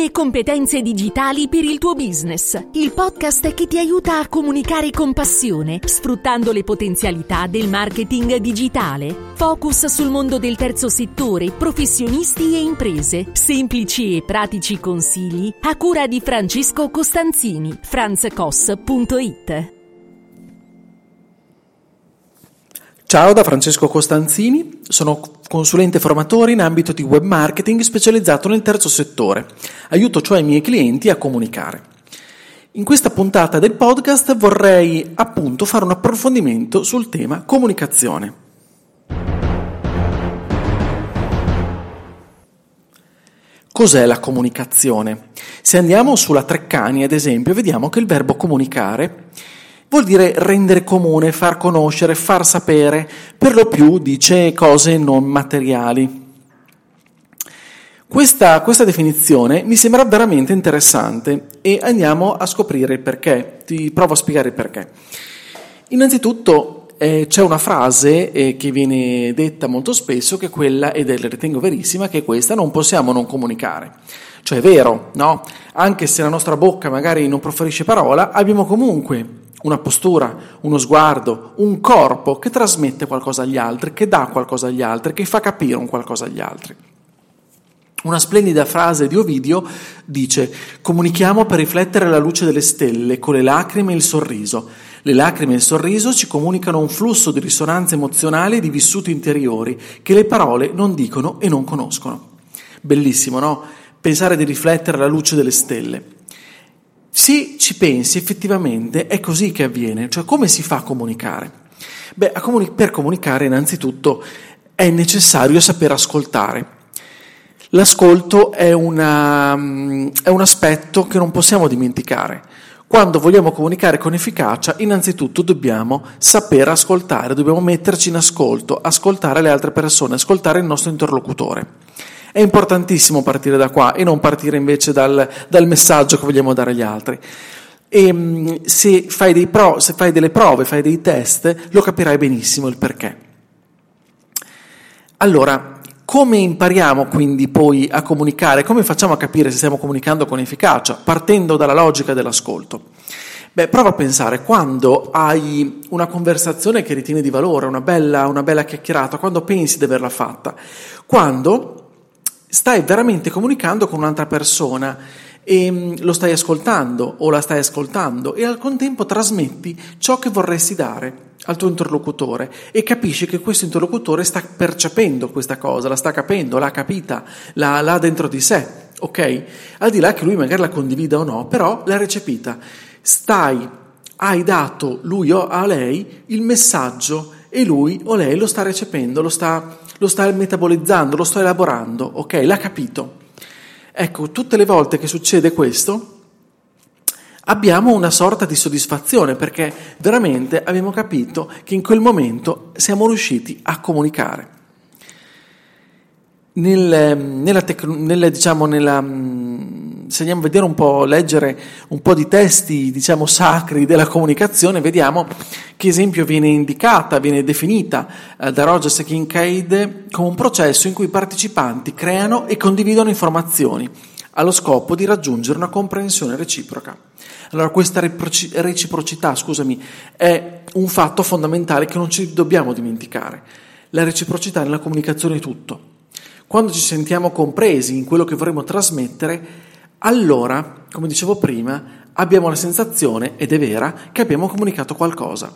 e competenze digitali per il tuo business. Il podcast che ti aiuta a comunicare con passione, sfruttando le potenzialità del marketing digitale. Focus sul mondo del terzo settore, professionisti e imprese. Semplici e pratici consigli a cura di Francesco Costanzini, franzcos.it. Ciao da Francesco Costanzini, sono consulente formatore in ambito di web marketing specializzato nel terzo settore. Aiuto cioè i miei clienti a comunicare. In questa puntata del podcast vorrei appunto fare un approfondimento sul tema comunicazione. Cos'è la comunicazione? Se andiamo sulla Treccani, ad esempio, vediamo che il verbo comunicare vuol dire rendere comune, far conoscere, far sapere, per lo più dice cose non materiali. Questa definizione mi sembra veramente interessante e andiamo a scoprire il perché, ti provo a spiegare il perché. Innanzitutto c'è una frase che viene detta molto spesso, che è quella, ed la ritengo verissima, che è questa: non possiamo non comunicare. Cioè è vero, no? Anche se la nostra bocca magari non proferisce parola, abbiamo comunque una postura, uno sguardo, un corpo che trasmette qualcosa agli altri, che dà qualcosa agli altri, che fa capire un qualcosa agli altri. Una splendida frase di Ovidio dice: comunichiamo per riflettere la luce delle stelle con le lacrime e il sorriso. Le lacrime e il sorriso ci comunicano un flusso di risonanze emozionali e di vissuti interiori che le parole non dicono e non conoscono. Bellissimo, no? Pensare di riflettere la luce delle stelle. Se ci pensi, effettivamente è così che avviene. Cioè, come si fa a comunicare? Per comunicare innanzitutto è necessario saper ascoltare. L'ascolto è un aspetto che non possiamo dimenticare. Quando vogliamo comunicare con efficacia, innanzitutto dobbiamo saper ascoltare, dobbiamo metterci in ascolto, ascoltare le altre persone, ascoltare il nostro interlocutore. È importantissimo partire da qua e non partire invece dal messaggio che vogliamo dare agli altri. E se fai delle prove, fai dei test, lo capirai benissimo il perché. Allora, come impariamo quindi poi a comunicare? Come facciamo a capire se stiamo comunicando con efficacia? Partendo dalla logica dell'ascolto. Prova a pensare, quando hai una conversazione che ritieni di valore, una bella chiacchierata, quando pensi di averla fatta, quando stai veramente comunicando con un'altra persona e lo stai ascoltando o la stai ascoltando e al contempo trasmetti ciò che vorresti dare al tuo interlocutore e capisci che questo interlocutore sta percependo questa cosa, la sta capendo, l'ha capita, l'ha dentro di sé, ok? Al di là che lui magari la condivida o no, però l'ha recepita. Hai dato lui o a lei il messaggio e lui o lei lo sta recependo, lo sta metabolizzando, lo sta elaborando, ok? L'ha capito. Ecco, tutte le volte che succede questo abbiamo una sorta di soddisfazione, perché veramente abbiamo capito che in quel momento siamo riusciti a comunicare. Se andiamo a vedere un po', leggere un po' di testi, sacri della comunicazione, vediamo che esempio viene definita da Rogers e Kincaid come un processo in cui i partecipanti creano e condividono informazioni allo scopo di raggiungere una comprensione reciproca. Allora, questa reciprocità, è un fatto fondamentale che non ci dobbiamo dimenticare. La reciprocità nella comunicazione è tutto. Quando ci sentiamo compresi in quello che vorremmo trasmettere, allora, come dicevo prima, abbiamo la sensazione, ed è vera, che abbiamo comunicato qualcosa.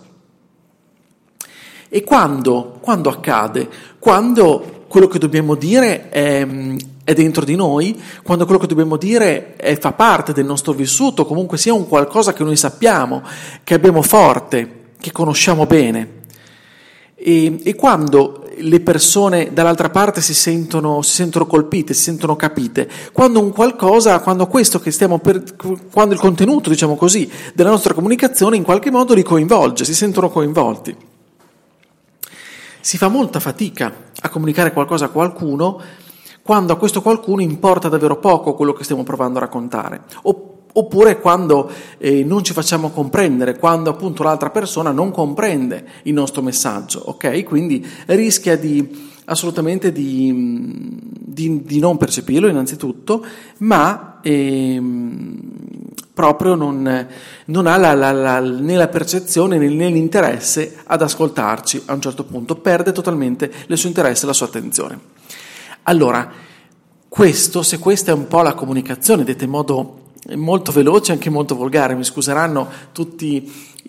E quando accade? Quando quello che dobbiamo dire è dentro di noi, quando quello che dobbiamo dire fa parte del nostro vissuto, comunque sia un qualcosa che noi sappiamo, che abbiamo forte, che conosciamo bene. E quando le persone dall'altra parte si sentono colpite, si sentono capite, quando quando il contenuto, della nostra comunicazione in qualche modo li coinvolge, si sentono coinvolti. Si fa molta fatica a comunicare qualcosa a qualcuno quando a questo qualcuno importa davvero poco quello che stiamo provando a raccontare, oppure quando non ci facciamo comprendere, quando appunto l'altra persona non comprende il nostro messaggio, ok? Quindi rischia assolutamente di non percepirlo innanzitutto, ma proprio non ha né la percezione né l'interesse ad ascoltarci. A un certo punto perde totalmente il suo interesse e la sua attenzione. Allora, se questa è un po' la comunicazione, detta in modo molto veloce e anche molto volgare, mi scuseranno tutte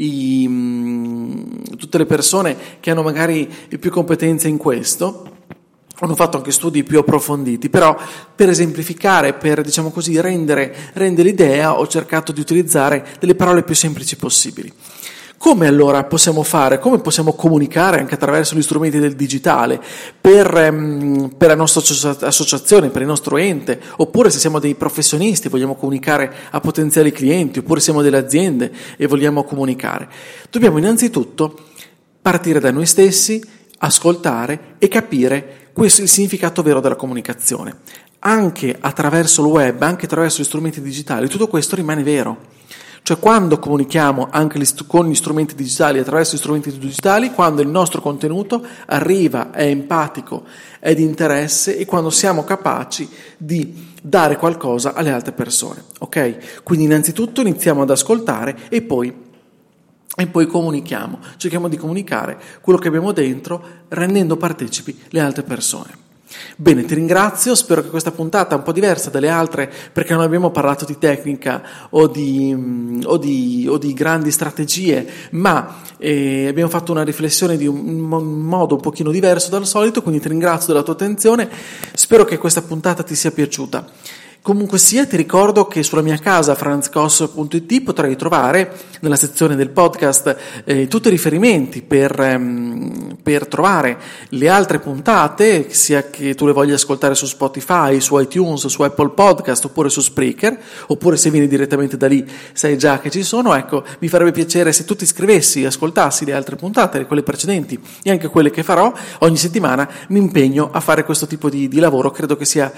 le persone che hanno magari più competenze in questo, hanno fatto anche studi più approfonditi, però per esemplificare, per diciamo così rendere l'idea, ho cercato di utilizzare delle parole più semplici possibili. Come allora possiamo fare? Come possiamo comunicare anche attraverso gli strumenti del digitale per la nostra associazione, per il nostro ente, oppure se siamo dei professionisti vogliamo comunicare a potenziali clienti, oppure siamo delle aziende e vogliamo comunicare? Dobbiamo innanzitutto partire da noi stessi, ascoltare e capire questo è il significato vero della comunicazione. Anche attraverso il web, anche attraverso gli strumenti digitali, tutto questo rimane vero. Cioè quando comunichiamo anche con gli strumenti digitali, attraverso gli strumenti digitali, quando il nostro contenuto arriva, è empatico, è di interesse e quando siamo capaci di dare qualcosa alle altre persone. Ok? Quindi innanzitutto iniziamo ad ascoltare e poi comunichiamo. Cerchiamo di comunicare quello che abbiamo dentro rendendo partecipi le altre persone. Bene, ti ringrazio, spero che questa puntata un po' diversa dalle altre, perché non abbiamo parlato di tecnica o di grandi strategie, ma abbiamo fatto una riflessione di un modo un pochino diverso dal solito, quindi ti ringrazio della tua attenzione, spero che questa puntata ti sia piaciuta. Comunque sia, ti ricordo che sulla mia casa franzcos.it potrai trovare nella sezione del podcast tutti i riferimenti per trovare le altre puntate, sia che tu le voglia ascoltare su Spotify, su iTunes, su Apple Podcast oppure su Spreaker, oppure se vieni direttamente da lì sai già che ci sono. Ecco, mi farebbe piacere se tu ti iscrivessi, ascoltassi le altre puntate, quelle precedenti e anche quelle che farò. Ogni settimana mi impegno a fare questo tipo di lavoro, credo che sia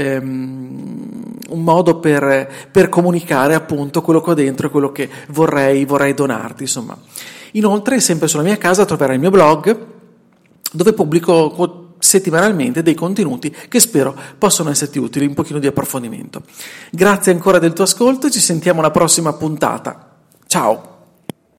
un modo per comunicare appunto quello che ho dentro e quello che vorrei donarti, insomma. Inoltre, sempre sulla mia casa troverai il mio blog, dove pubblico settimanalmente dei contenuti che spero possano esserti utili, un pochino di approfondimento. Grazie ancora del tuo ascolto e ci sentiamo alla prossima puntata. Ciao!